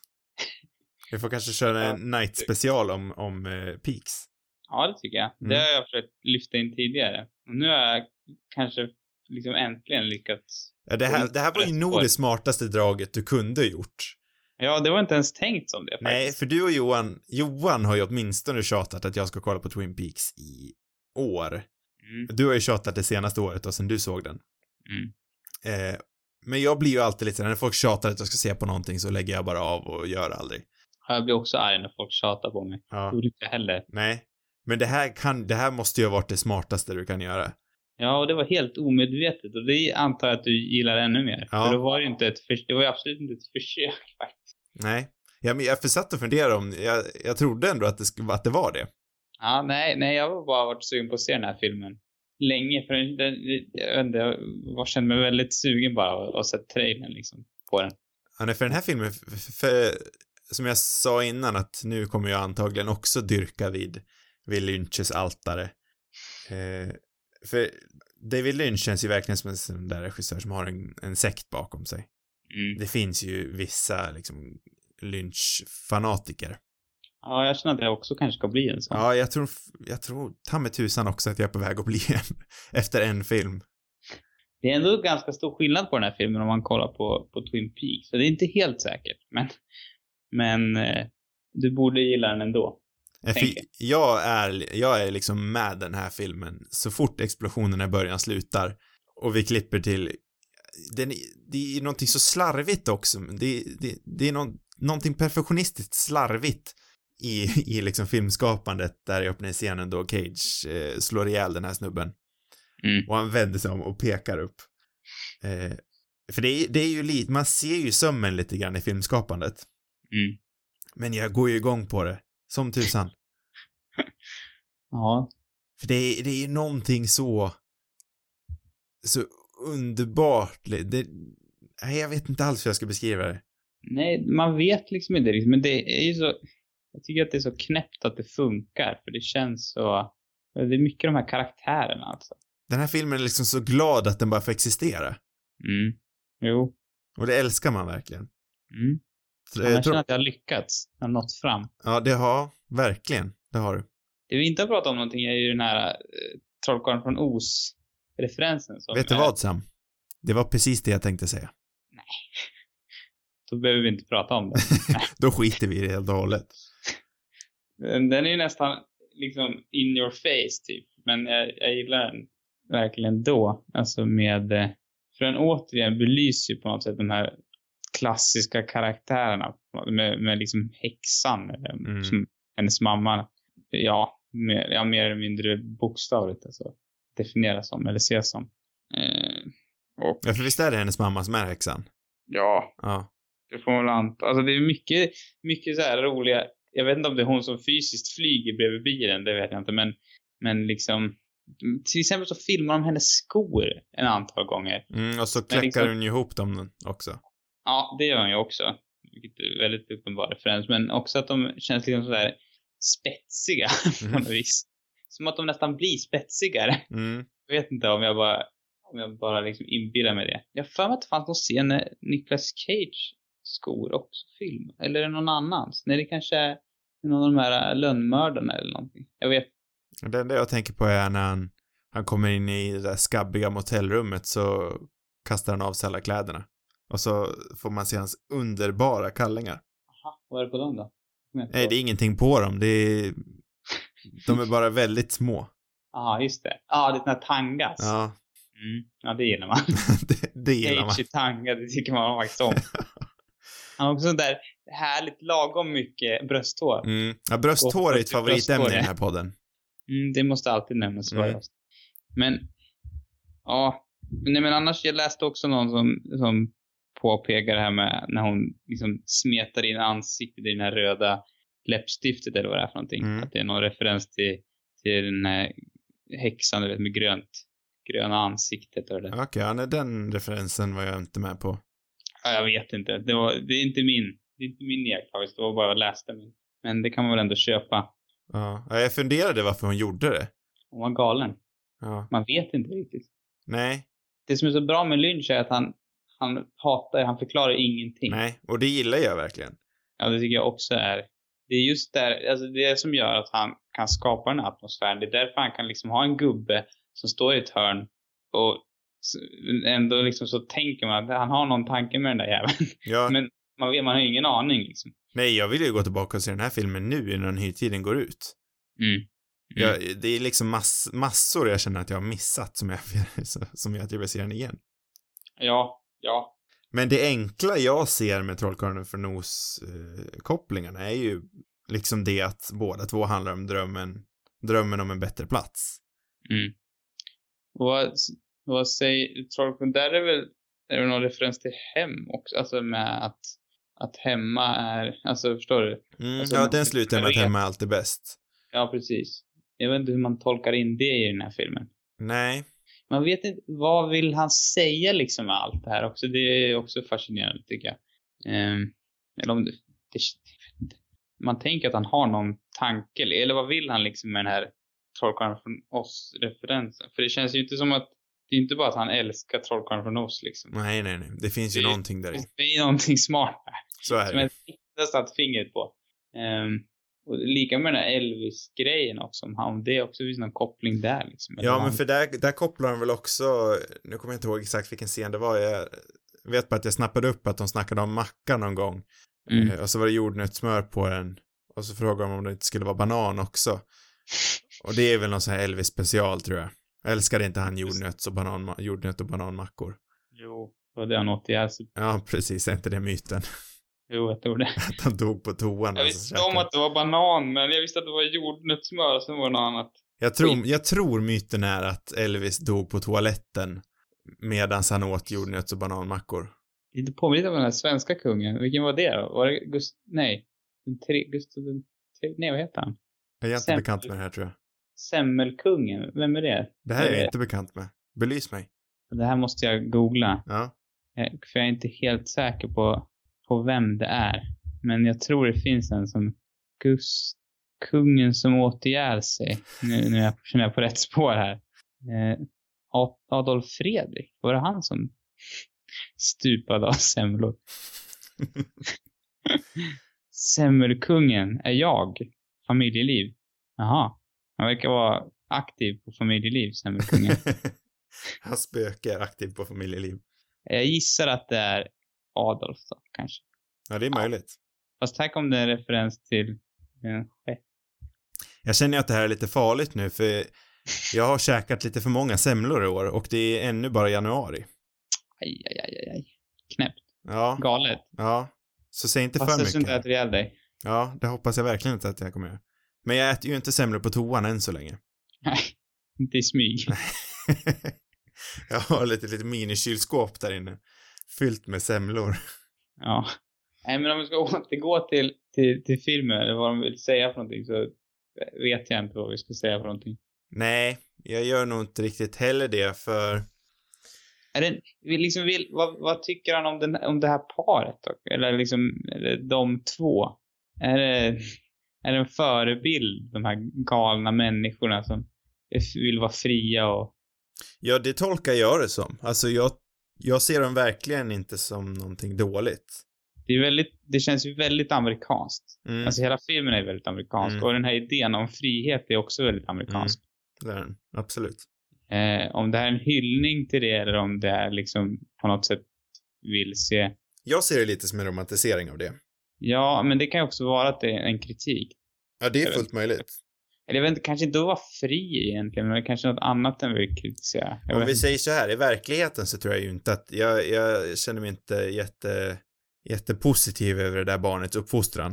Vi får kanske köra en night special om, om eh, Peaks. Ja, det tycker jag. Mm. Det har jag försökt lyfta in tidigare. Och nu har jag kanske liksom äntligen lyckats. Ja, det, här, det här var ju nog det smartaste draget du kunde gjort. Ja, det var inte ens tänkt som det faktiskt. Nej, för du och Johan, Johan har ju åtminstone tjatat att jag ska kolla på Twin Peaks i år. Mm. Du har ju tjatat det senaste året och sen du såg den. Mm. Eh, men jag blir ju alltid lite, när folk tjatar att jag ska se på någonting så lägger jag bara av och gör aldrig. Jag blir också arg när folk tjatar på mig. Ja. Det gjorde inte heller. Nej, men det här, kan, det här måste ju ha varit det smartaste du kan göra. Ja, och det var helt omedvetet. Och det antar jag att du gillar ännu mer. Ja. För det var ju inte ett för... det var ju absolut inte ett försök faktiskt. Nej, ja, men jag försatt och funderade om, jag, jag trodde ändå att det, sk- att det var det. Ja, nej, nej, jag har bara varit sugen på att se den här filmen. Länge, för den, den, jag, vet inte, jag var, kände mig väldigt sugen bara att, att sätta trailern liksom på den. Ja, nej, för den här filmen, för, för, som jag sa innan, att nu kommer jag antagligen också dyrka vid, vid Lynches altare. Eh, för David Lynch känns ju verkligen som en sån där regissör som har en, en sekt bakom sig. Mm. Det finns ju vissa liksom Lynch-fanatiker. Ja, jag känner att jag också kanske ska bli en sån. Ja, jag tror, jag tror ta med tusan också att jag är på väg att bli en efter en film. Det är ändå ganska stor skillnad på den här filmen om man kollar på, på Twin Peaks. Så det är inte helt säkert, men, men eh, du borde gilla den ändå. För jag är, jag är liksom med den här filmen så fort explosionerna i början slutar och vi klipper till den, det är någonting så slarvigt också. Det, det, det är någon, någonting perfektionistiskt slarvigt i, i liksom filmskapandet där i öppningsscenen då Cage eh, slår ihjäl den här snubben. Mm. Och han vänder sig om och pekar upp. Eh, för det är, det är ju lite, man ser ju sömmen lite grann i filmskapandet. Mm. Men jag går ju igång på det. Som tusan. Ja. För det är, det är någonting så så underbart. Det, nej, jag vet inte alls hur jag ska beskriva det. Nej, man vet liksom inte liksom, men det är ju så, jag tycker att det är så knäppt att det funkar, för det känns så, det är mycket de här karaktärerna alltså. Den här filmen är liksom så glad att den bara får existera. Mm. Jo. Och det älskar man verkligen. Mm. Så, Man jag känner tror, att jag har lyckats, jag har nått fram. ja, det har, verkligen, det har du. Det vi inte har pratat om någonting är ju den här eh, Trollkarlen från Oz-referensen. Som Vet du är, vad, Sam? Det var precis det jag tänkte säga. Nej. Då behöver vi inte prata om det. Då skiter vi i det helt och hållet. Den är ju nästan liksom in your face typ. Men jag, jag gillar den verkligen då. Alltså med, för den återigen belyser ju på något sätt de här klassiska karaktärerna. Med, med liksom häxan. Mm. Som hennes mamma. Ja, mer, ja, mer eller mindre bokstavligt alltså. Definieras som eller ses som. Eh, och, Ja, för visst är det hennes mamma som är häxan? ja, Ja. det får man väl anta. Alltså det är mycket, mycket så här roliga. Jag vet inte om det är hon som fysiskt flyger bredvid bilen, det vet jag inte. Men, men liksom, till exempel så filmar de hennes skor en antal gånger. Mm, och så kläckar liksom, hon ju ihop dem också. Ja, det gör hon ju också. Vilket är väldigt uppenbar referens. Men också att de känns liksom sådär spetsiga på något vis. Som att de nästan blir spetsigare. Mm. Jag vet inte om jag bara, om jag bara liksom inbillar mig det. Jag har för mig att det fanns någon scen när Nicolas Cage skor också film? Eller är det någon annans? Nej, det kanske är någon av de här lönnmördarna eller någonting. Jag vet. Det enda jag tänker på är när han, han kommer in i det där skabbiga motellrummet så kastar han av sig alla kläderna. Och så får man se hans underbara kallingar. Aha, vad är det på dem då? Nej, det är ingenting på dem. Det är... De är bara väldigt små. Ja, just det. Ja, det är den här tangas. Ja. Mm. Ja, det gillar man. det, det gillar man. Tanga, det tycker man faktiskt om. Han har också sånt där härligt lagom mycket brösthår. Mm. Ja, brösthår är ett favoritämne i den här podden. Mm, det måste alltid nämnas. Mm. Men, ja. Nej, men annars, jag läste också någon som, som påpekar det här med när hon liksom smetar in ansiktet i den här röda läppstiftet eller vad det är för någonting. Mm. Att det är någon referens till, till den här häxan, du vet, med grönt, gröna ansiktet. Okej, okay, ja, den referensen var jag inte med på. Ja, jag vet inte. Det, var, det är inte min det är inte min iakttagelse. Det var bara att läsa det. Men det kan man väl ändå köpa. Ja, jag funderade varför hon gjorde det. Hon var galen. Ja. Man vet inte riktigt. Nej. Det som är så bra med Lynch är att han, han hatar, han förklarar ingenting. Nej, och det gillar jag verkligen. Ja, det tycker jag också är. Det är just där, alltså det är som gör att han kan skapa den här atmosfären. Det är därför han kan liksom ha en gubbe som står i ett hörn och ändå liksom så tänker man att han har någon tanke med den där jäveln. Ja. Men man, vet, man har ingen aning liksom. Nej, jag vill ju gå tillbaka och se den här filmen nu innan hyrtiden går ut. Mm. Mm. Jag, det är liksom mass, massor jag känner att jag har missat som jag, som jag, att jag vill se den igen. Ja, ja. Men det enkla jag ser med Trollkarlen från Oz eh, kopplingarna är ju liksom det att båda två handlar om drömmen, drömmen om en bättre plats. Mm. Vad, vad säger Trollkarlen? Där är väl, är det någon referens till hem också? Alltså med att, att hemma är, alltså förstår du? Mm, alltså, ja, den slutar med att hemma är alltid bäst. Ja, precis. Jag vet inte hur man tolkar in det i den här filmen. Nej. Man vet inte, vad vill han säga liksom med allt det här också. Det är också fascinerande tycker jag. Um, eller om det, det, man tänker att han har någon tanke. Eller vad vill han liksom med den här Trollkarlen från oss-referensen? För det känns ju inte som att, det är inte bara att han älskar Trollkarlen från oss liksom. Nej, nej, nej. Det finns ju det, någonting där i. Det är någonting smart där. Så är det. Som jag har satt fingret på. Um, Och lika med den här Elvis-grejen också. Om det också finns någon koppling där liksom. Ja, men för där, där kopplar de väl också, nu kommer jag inte ihåg exakt vilken scen det var. Jag vet bara att jag snappade upp att de snackade om macka någon gång. Mm. Eh, och så var det jordnötssmör på den. Och så frågade de om det inte skulle vara banan också. Och det är väl någon sån här Elvis-special tror jag. Jag älskar inte han jordnöts och banan, jordnöt och bananmackor. Jo, och det har något i alltså. Ja, precis. Är inte det myten? Jo, jag tror det. Att han dog på toan. Jag visste om att det var banan, men jag visste att det var jordnötssmör och sen var det något annat. Jag tror, jag tror myten är att Elvis dog på toaletten medan han åt jordnöts och bananmackor. Det är inte påminner om den här svenska kungen. Vilken var det då? Var det Gust... Nej. Den tre... Gustav den tre... Nej, vad heter han? Jag är inte Semmel... bekant med det här, tror jag. Semmelkungen. Vem är det? Det här är jag inte bekant med. Belys mig. Det här måste jag googla. Ja. För jag är inte helt säker på, på vem det är. Men jag tror det finns en som Gust... Kungen som åt ihjäl sig. Nu, nu är jag, känner jag på rätt spår här. Eh, Adolf Fredrik. Var det han som stupade av semlor? Semmelkungen är jag. Familjeliv. Jaha. Han verkar vara aktiv på familjeliv, Semmelkungen. Han spökar aktiv på familjeliv. Jag gissar att det är Adolf då, kanske. Ja, det är möjligt. Fast här kom det en referens till en chef. Jag känner att det här är lite farligt nu, för jag har käkat lite för många semlor i år och det är ännu bara januari. Aj, aj, aj, aj. Knäppt. Ja. Galet. Ja. Så säg inte Fast för mycket. Fast du inte äter ihjäl dig. Ja, det hoppas jag verkligen inte att jag kommer göra. Men jag äter ju inte semlor på toan än så länge. Nej, inte i smyg. Jag har lite, lite minikylskåp där inne. Fyllt med semlor. Ja. Nej, men om vi ska återgå till, till, till filmen eller vad de vill säga för någonting, så vet jag inte vad vi ska säga för någonting. Nej, jag gör nog inte riktigt heller det, för... Är det, liksom vill, vad, vad tycker han om, den, om det här paret då? Eller liksom eller de två? Är det, är det en förebild, de här galna människorna som vill vara fria och... Ja, det tolkar jag det som. Alltså jag, jag ser dem verkligen inte som någonting dåligt. det är väldigt, det känns ju väldigt amerikanskt. Mm. Alltså hela filmen är väldigt amerikansk. Mm. Och den här idén om frihet är också väldigt amerikansk. Mm. Det är den, absolut. Eh, om det här är en hyllning till det eller om det är liksom på något sätt vill se. Jag ser det lite som en romantisering av det. Ja, men det kan ju också vara att det är en kritik. Ja, det är Jag fullt vet. möjligt. Eller jag vet inte, kanske inte att vara fri egentligen, men kanske något annat än vill kritisera. Jag Om vet vi inte. säger så här, i verkligheten så tror jag ju inte att, jag, jag känner mig inte jätte, jättepositiv över det där barnets uppfostran.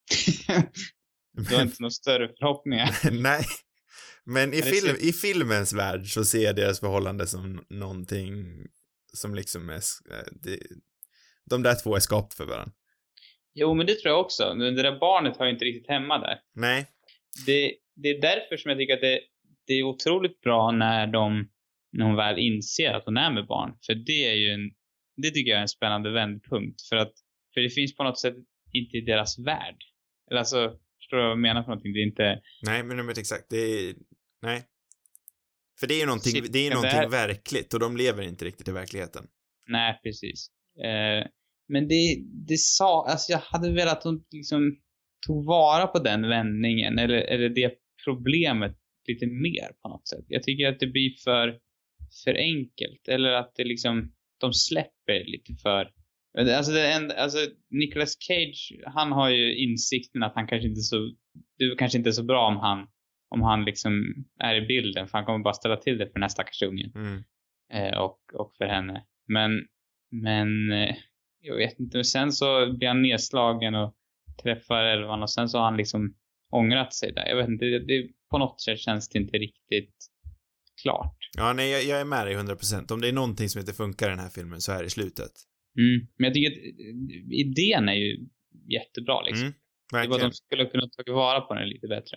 Du har inte några större förhoppningar. Nej. Men i, Men det film, ser- i filmens värld så ser jag deras förhållande som någonting som liksom är, det, de där två är skapt för varandra. Jo, men det tror jag också. Men det där barnet har ju inte riktigt hemma där. Nej. Det, det är därför som jag tycker att det, det är otroligt bra när de när hon väl inser att hon är med barn. För det är ju en, det tycker jag är en spännande vändpunkt. För att, för det finns på något sätt inte i deras värld. Eller alltså, förstår du vad jag menar för någonting? Det är inte... Nej, men inte exakt. Det är, nej. För det är ju någonting, Shit, det är ju kan någonting det här- verkligt och de lever inte riktigt i verkligheten. Nej, precis. Eh, men det, det sa, alltså jag hade velat att hon liksom tog vara på den vändningen eller, eller det problemet lite mer på något sätt. Jag tycker att det blir för, för enkelt. Eller att det liksom, de släpper lite för... Alltså, det en, alltså Nicolas Cage, han har ju insikten att han kanske inte så... Det kanske inte är så bra om han om han liksom är i bilden. För han kommer bara ställa till det för nästa ungen. Mm. Eh, och, och för henne. Men, men eh, jag vet inte. Och sen så blir han nedslagen och träffar Elvan. Och sen så har han liksom ångrat sig där. Jag vet inte. Det, det, på något sätt känns det inte riktigt klart. Ja, nej, jag, jag är med dig hundra procent. Om det är någonting som inte funkar i den här filmen så är det slutet. Mm. Men jag tycker att eh, idén är ju jättebra liksom. Mm, det var verkligen. de skulle kunna ta vara på den lite bättre.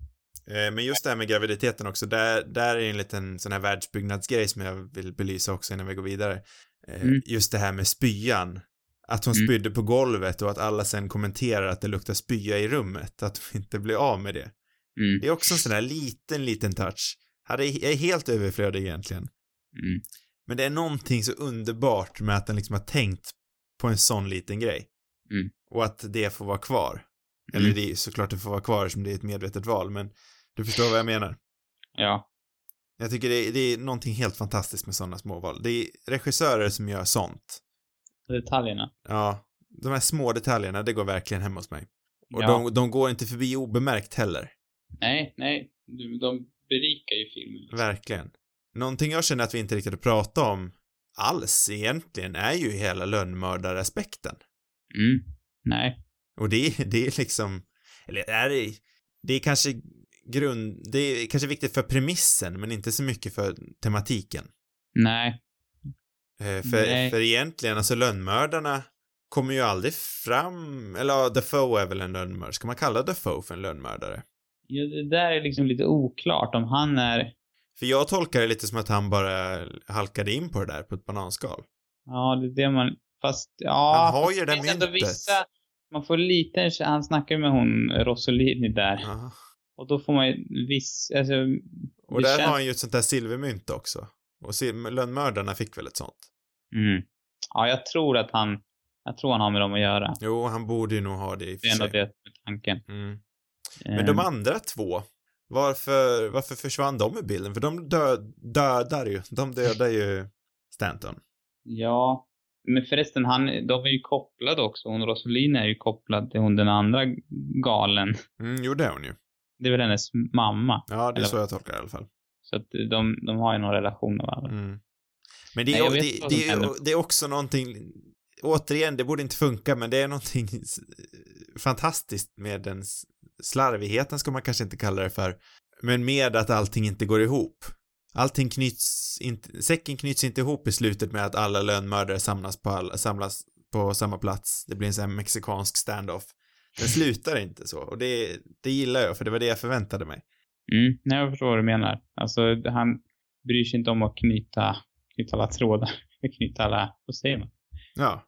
Eh, Men just det här med graviditeten också, där, där är en liten sån här världsbyggnadsgrej som jag vill belysa också innan vi går vidare. Eh, Mm. Just det här med spyan. Att hon Mm. spydde på golvet och att alla sen kommenterar att det luktar spya i rummet. Att hon inte blir av med det. Mm. Det är också en sån här liten, liten touch. Hade, jag är helt överflödig egentligen. Mm. Men det är någonting så underbart med att den liksom har tänkt på en sån liten grej. Mm. Och att det får vara kvar. Mm. Eller det är såklart det får vara kvar som det är ett medvetet val, men du förstår vad jag menar. Ja. Jag tycker det är, det är någonting helt fantastiskt med sådana småval. Det är regissörer som gör sånt. Detaljerna. Ja, de här små detaljerna, det går verkligen hem hos mig. Och Ja. de, de går inte förbi obemärkt heller. Nej, nej. De, de berikar ju filmen. Liksom. Verkligen. Någonting jag känner att vi inte riktigt har pratat om alls egentligen är ju hela lönnmördaraspekten. Mm. Nej. Och det, är- det är liksom, eller är det, det är kanske grund, det är kanske viktigt för premissen men inte så mycket för tematiken. Nej. Eh, För, Nej. för egentligen, alltså lönnmördarna kommer ju aldrig fram, eller ja, Dafoe är väl en lönnmördare. Ska man kalla Dafoe för en lönnmördare? Ja, det där är liksom lite oklart om han är... För jag tolkar det lite som att han bara halkade in på det där på ett bananskal. Ja, det är det man... Fast, ja... Han har ju det där det finns ändå myntet. vissa... Man får lite... Han snackar med hon Rosolini där. Ja. Och då får man ju viss... Alltså, Och det där känns- har han ju ett sånt där silvermynt också. Och sil- lönnmördarna fick väl ett sånt. Mm. Ja, jag tror att han... Jag tror han har med dem att göra. Jo, han borde ju nog ha det i och Det är för ändå sig. det som är tanken. Mm. Men de andra två, varför, varför försvann de i bilden? För de dö, dödar ju, de dödar ju Stanton. Ja, men förresten, han, de är ju kopplade också. Hon Rosolina är ju kopplad till hon den andra galen. Mm, jo det är hon ju. Det är väl hennes mamma. Ja, det är Eller- så jag tolkar det i alla fall. Så att de, de har ju någon relation med varandra. Mm. Men det är, Nej, jag vet det, inte vad det, som är, händer. det är också någonting, återigen, det borde inte funka, men det är någonting s- fantastiskt med den s- slarvigheten, ska man kanske inte kalla det för, men med att allting inte går ihop. Allting knyts inte, säcken knyts inte ihop i slutet med att alla lönnmördare samlas på, alla, samlas på samma plats. Det blir en sån här mexikansk standoff. Den slutar inte så, och det, det gillar jag, för det var det jag förväntade mig. Mm, nej, jag förstår vad du menar. Alltså, han bryr sig inte om att knyta, knyta alla trådar. Knyta alla, vad säger man? Ja.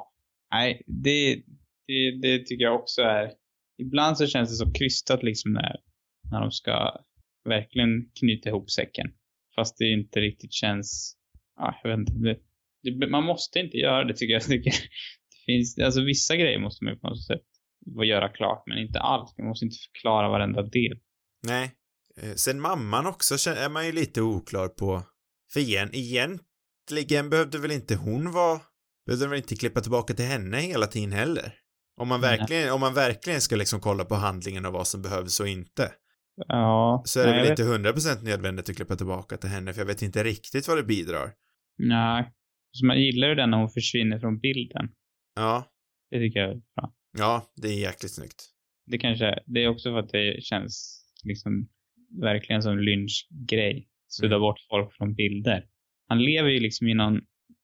Nej, det, det, det tycker jag också är... Ibland så känns det så krystat liksom när, när de ska verkligen knyta ihop säcken. Fast det inte riktigt känns... Ja, jag vet inte. Det, det, man måste inte göra det, tycker jag. Jag tycker, det finns, alltså vissa grejer måste man ju på något sätt göra klart, men inte allt. Man måste inte förklara varenda del. Nej. Sen mamman också är man ju lite oklar på. För igen, egentligen behövde väl inte hon vara, behövde väl inte klippa tillbaka till henne hela tiden heller. Om man verkligen, nej. om man verkligen ska liksom kolla på handlingen och vad som behövs och inte. Ja. Så är det nej, väl inte hundra procent nödvändigt att klippa tillbaka till henne, för jag vet inte riktigt vad det bidrar. Nej. Så man gillar ju den när hon försvinner från bilden. Ja. Det tycker jag är bra. Ja, det är jäkligt snyggt. Det kanske, det är också för att det känns liksom verkligen som Lynch-grej. Sudda mm. bort folk från bilder. Han lever ju liksom i någon,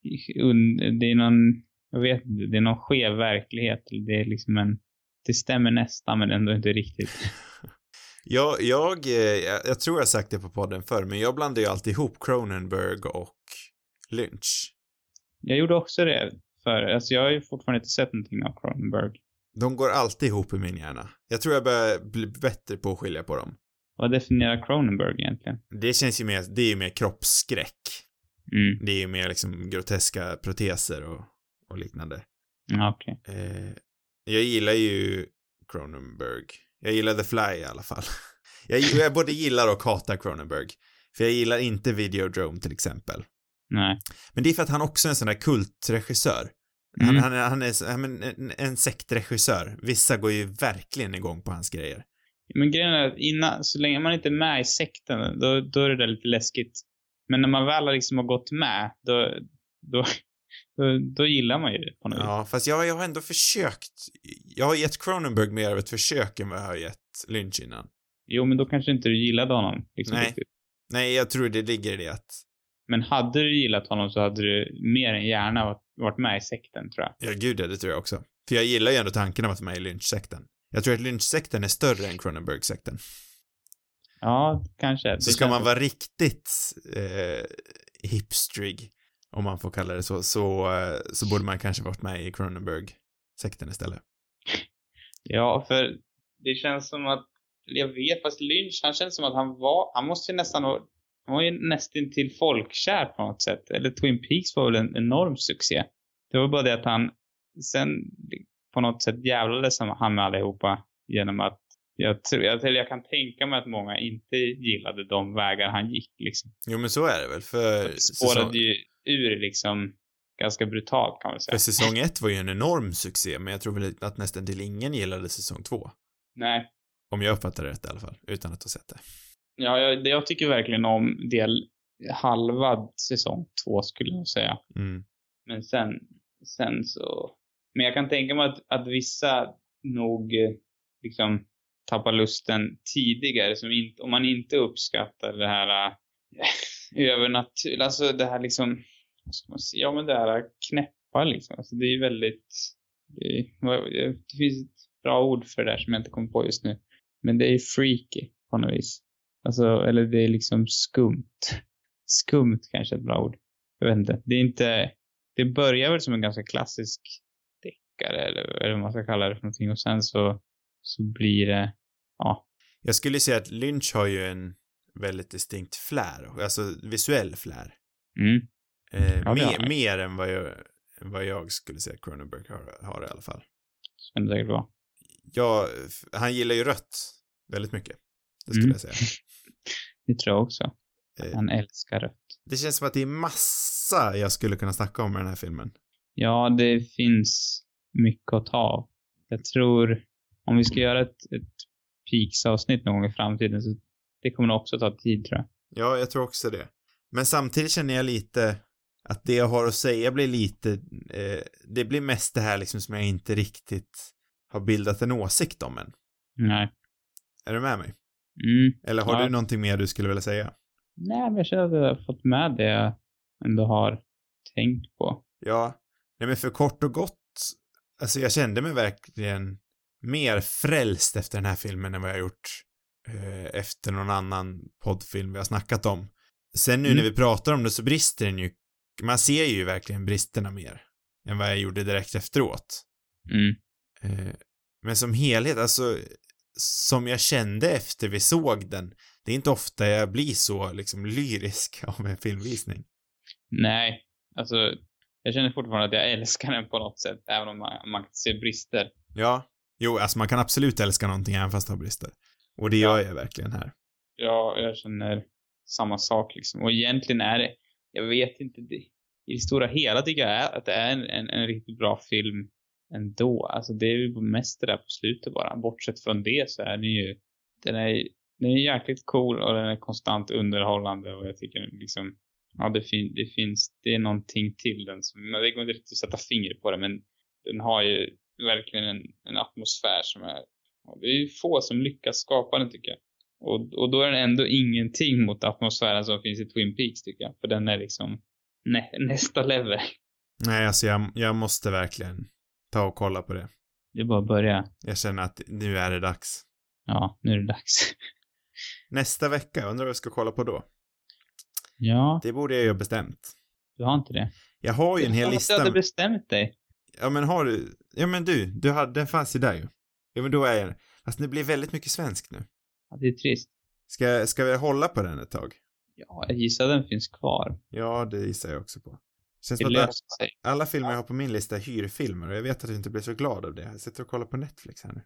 det är någon, jag vet inte, det är någon skev verklighet. Det är liksom en, det stämmer nästan men ändå inte riktigt. jag, jag, jag tror jag har sagt det på podden förr, men jag blandar ju alltid ihop Cronenberg och Lynch. Jag gjorde också det för, alltså jag har ju fortfarande inte sett någonting av Cronenberg. De går alltid ihop i min hjärna. Jag tror jag börjar bli bättre på att skilja på dem. Vad definierar Cronenberg egentligen? Det känns ju mer, det är ju mer kroppsskräck. Mm. Det är ju mer liksom groteska proteser och, och liknande. Ja, okej. Okay. Eh, jag gillar ju Cronenberg. Jag gillar The Fly i alla fall. jag, jag både gillar och hatar Cronenberg. För jag gillar inte Videodrome till exempel. Nej. Men det är för att han också är en sån där kultregissör. Mm. Han, han, är, han är en, en, en sektregissör. Vissa går ju verkligen igång på hans grejer. Men grejen är att innan, så länge man inte är med i sekten, då, då är det där lite läskigt. Men när man väl liksom har gått med, då, då, då, då gillar man ju det på något Ja, vis. Fast jag, jag har ändå försökt. Jag har gett Cronenberg mer av ett försök än vad jag har gett Lynch innan. Jo, men då kanske inte du gillade honom. Liksom Nej. Riktigt. Nej, jag tror det ligger i det att... Men hade du gillat honom så hade du mer än gärna varit med i sekten, tror jag. Ja, gud, det tror jag också. För jag gillar ju ändå tanken om att vara med i Lynch-sekten. Jag tror att Lynch-sekten är större än Cronenberg-sekten. Ja, kanske. Så ska man vara riktigt eh, hipstrig, om man får kalla det så, så, eh, så borde man kanske varit med i Cronenberg-sekten istället. Ja, för det känns som att, jag vet, fast Lynch, han känns som att han var, han måste ju nästan ha, han var ju nästan till folkkär på något sätt. Eller Twin Peaks var väl en enorm succé. Det var bara det att han sen på något sätt jävlades han med allihopa genom att jag, tror, jag, jag kan tänka mig att många inte gillade de vägar han gick liksom. Jo, men så är det väl. För det spårade säsong... ju ur liksom ganska brutalt, kan man säga. För säsong ett var ju en enorm succé, men jag tror väl att nästan till ingen gillade säsong två. Nej. Om jag uppfattar det rätt i alla fall, utan att ha sett det. Ja, jag, jag tycker verkligen om del halva säsong två, skulle jag säga. Mm. Men sen, sen så... Men jag kan tänka mig att, att vissa nog liksom tappar lusten tidigare. Som inte, om man inte uppskattar det här äh, övernaturliga. Alltså det här liksom... Vad ska man säga? Ja, men det här knäppa liksom. Alltså det är väldigt... Det, det finns ett bra ord för det där som jag inte kommer på just nu. Men det är freaky på något vis. Alltså, eller det är liksom skumt. Skumt kanske är ett bra ord. Jag vet inte. Det är inte... Det börjar väl som en ganska klassisk deckare, eller, eller vad man ska kalla det för någonting. Och sen så, så blir det... Ja. Jag skulle säga att Lynch har ju en väldigt distinkt flär. Alltså visuell flär. Mm. Eh, ja, mer, mer än vad jag, än vad jag skulle säga Cronenberg har, har i alla fall. Som det säkert var. Ja, han gillar ju rött väldigt mycket. Det skulle mm. jag säga. Det tror jag också. Han eh, älskar rött. Det känns som att det är massa jag skulle kunna snacka om i den här filmen. Ja, det finns mycket att ta av. Jag tror, om vi ska göra ett, ett Peaks-avsnitt någon gång i framtiden, så det kommer nog också ta tid, tror jag. Ja, jag tror också det. Men samtidigt känner jag lite att det jag har att säga blir lite, eh, det blir mest det här liksom som jag inte riktigt har bildat en åsikt om än. Nej. Är du med mig? Mm. Eller har ja. du någonting mer du skulle vilja säga? Nej, men jag känner att jag har fått med det jag ändå har tänkt på. Ja, nej men för kort och gott, alltså jag kände mig verkligen mer frälst efter den här filmen än vad jag har gjort eh, efter någon annan poddfilm vi har snackat om. Sen nu mm. när vi pratar om det så brister den ju, man ser ju verkligen bristerna mer än vad jag gjorde direkt efteråt. Mm. Eh, men som helhet, alltså som jag kände efter vi såg den, det är inte ofta jag blir så liksom lyrisk av en filmvisning. Nej, alltså jag känner fortfarande att jag älskar den på något sätt, även om man, man kan se brister. Ja, jo, alltså man kan absolut älska någonting även fast det har brister. Och det gör jag verkligen här. Ja, jag känner samma sak liksom. Och egentligen är det, jag vet inte, det, i det stora hela tycker jag är att det är en, en, en riktigt bra film ändå. Alltså det är ju mest det där på slutet bara. Bortsett från det så är den ju, den är, den är jäkligt cool och den är konstant underhållande. Och jag tycker liksom, ja det, fin, det finns, det är någonting till den som, det går inte riktigt att sätta finger på det, men den har ju verkligen en, en atmosfär som är, ja, det är ju få som lyckas skapa den tycker jag. Och, och då är den ändå ingenting mot atmosfären som finns i Twin Peaks tycker jag. För den är liksom nä, nästa level. Nej, alltså jag, jag måste verkligen ta och kolla på det. Det är bara att börja. Jag känner att nu är det dags. Ja, nu är det dags. Nästa vecka, undrar vad jag ska kolla på då? Ja. Det borde jag ju ha bestämt. Du har inte det? Jag har ju en hel lista. Jag hade bestämt dig. Ja, men har du... Ja, men du, du hade, den fanns ju där ju. Ja, men då är jag... Alltså, det blir väldigt mycket svensk nu. Ja, det är trist. Ska, ska vi hålla på den ett tag? Ja, jag gissar den finns kvar. Ja, det gissar jag också på. Känns Det som löser att sig. alla filmer jag har på min lista är hyrfilmer och jag vet att du inte blir så glad av det. Jag sitter och kollar på Netflix här nu.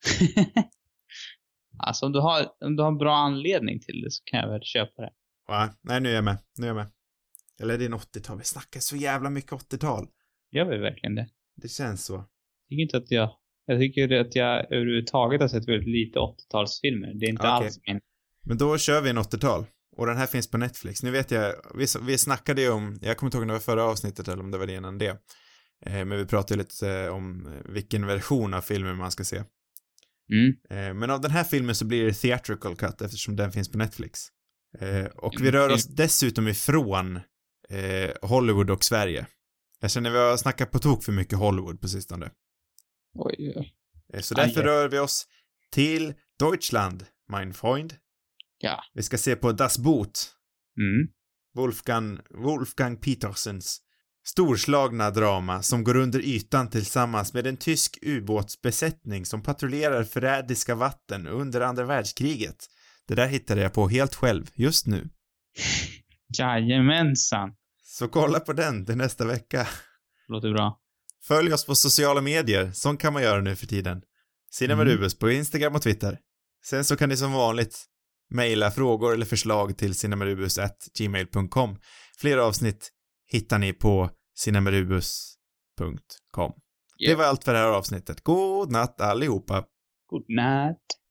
Alltså om du, har, om du har en bra anledning till det så kan jag väl köpa det. Ja, nej, nu är jag med. Nu är jag med. Eller det är en åttiotal. Vi snackar så jävla mycket åttiotal. Gör vi verkligen det? Det känns så. Jag tycker inte att jag... Jag tycker att jag överhuvudtaget har sett väldigt lite åttiotalsfilmer. Det är inte Okej. alls min... Men då kör vi en åttiotal. Och den här finns på Netflix. Nu vet jag, vi, vi snackade ju om, jag kommer inte ihåg om det var förra avsnittet eller om det var det innan det. Eh, men vi pratade lite eh, om vilken version av filmen man ska se. Mm. Eh, men av den här filmen så blir det theatrical cut eftersom den finns på Netflix. Eh, och vi rör oss dessutom ifrån eh, Hollywood och Sverige. Jag känner att vi har snackat på tok för mycket Hollywood på sistone. Oj, oj. Eh, så därför Aj, rör vi oss till Deutschland, mein Freund. Ja. Vi ska se på Das Boot. Mm. Wolfgang, Wolfgang Petersens storslagna drama som går under ytan tillsammans med en tysk ubåtsbesättning som patrullerar förrädiska vatten under andra världskriget. Det där hittade jag på helt själv just nu. Jajamensan. Så kolla på den till nästa vecka. Låter bra. Följ oss på sociala medier, som kan man göra nu för tiden. Cinema Mm. Rubus på Instagram och Twitter. Sen så kan ni som vanligt mejla frågor eller förslag till cinemarubus at gmail punkt com. Fler avsnitt hittar ni på cinemarubus punkt com. Yeah. Det var allt för det här avsnittet. God natt allihopa. God natt.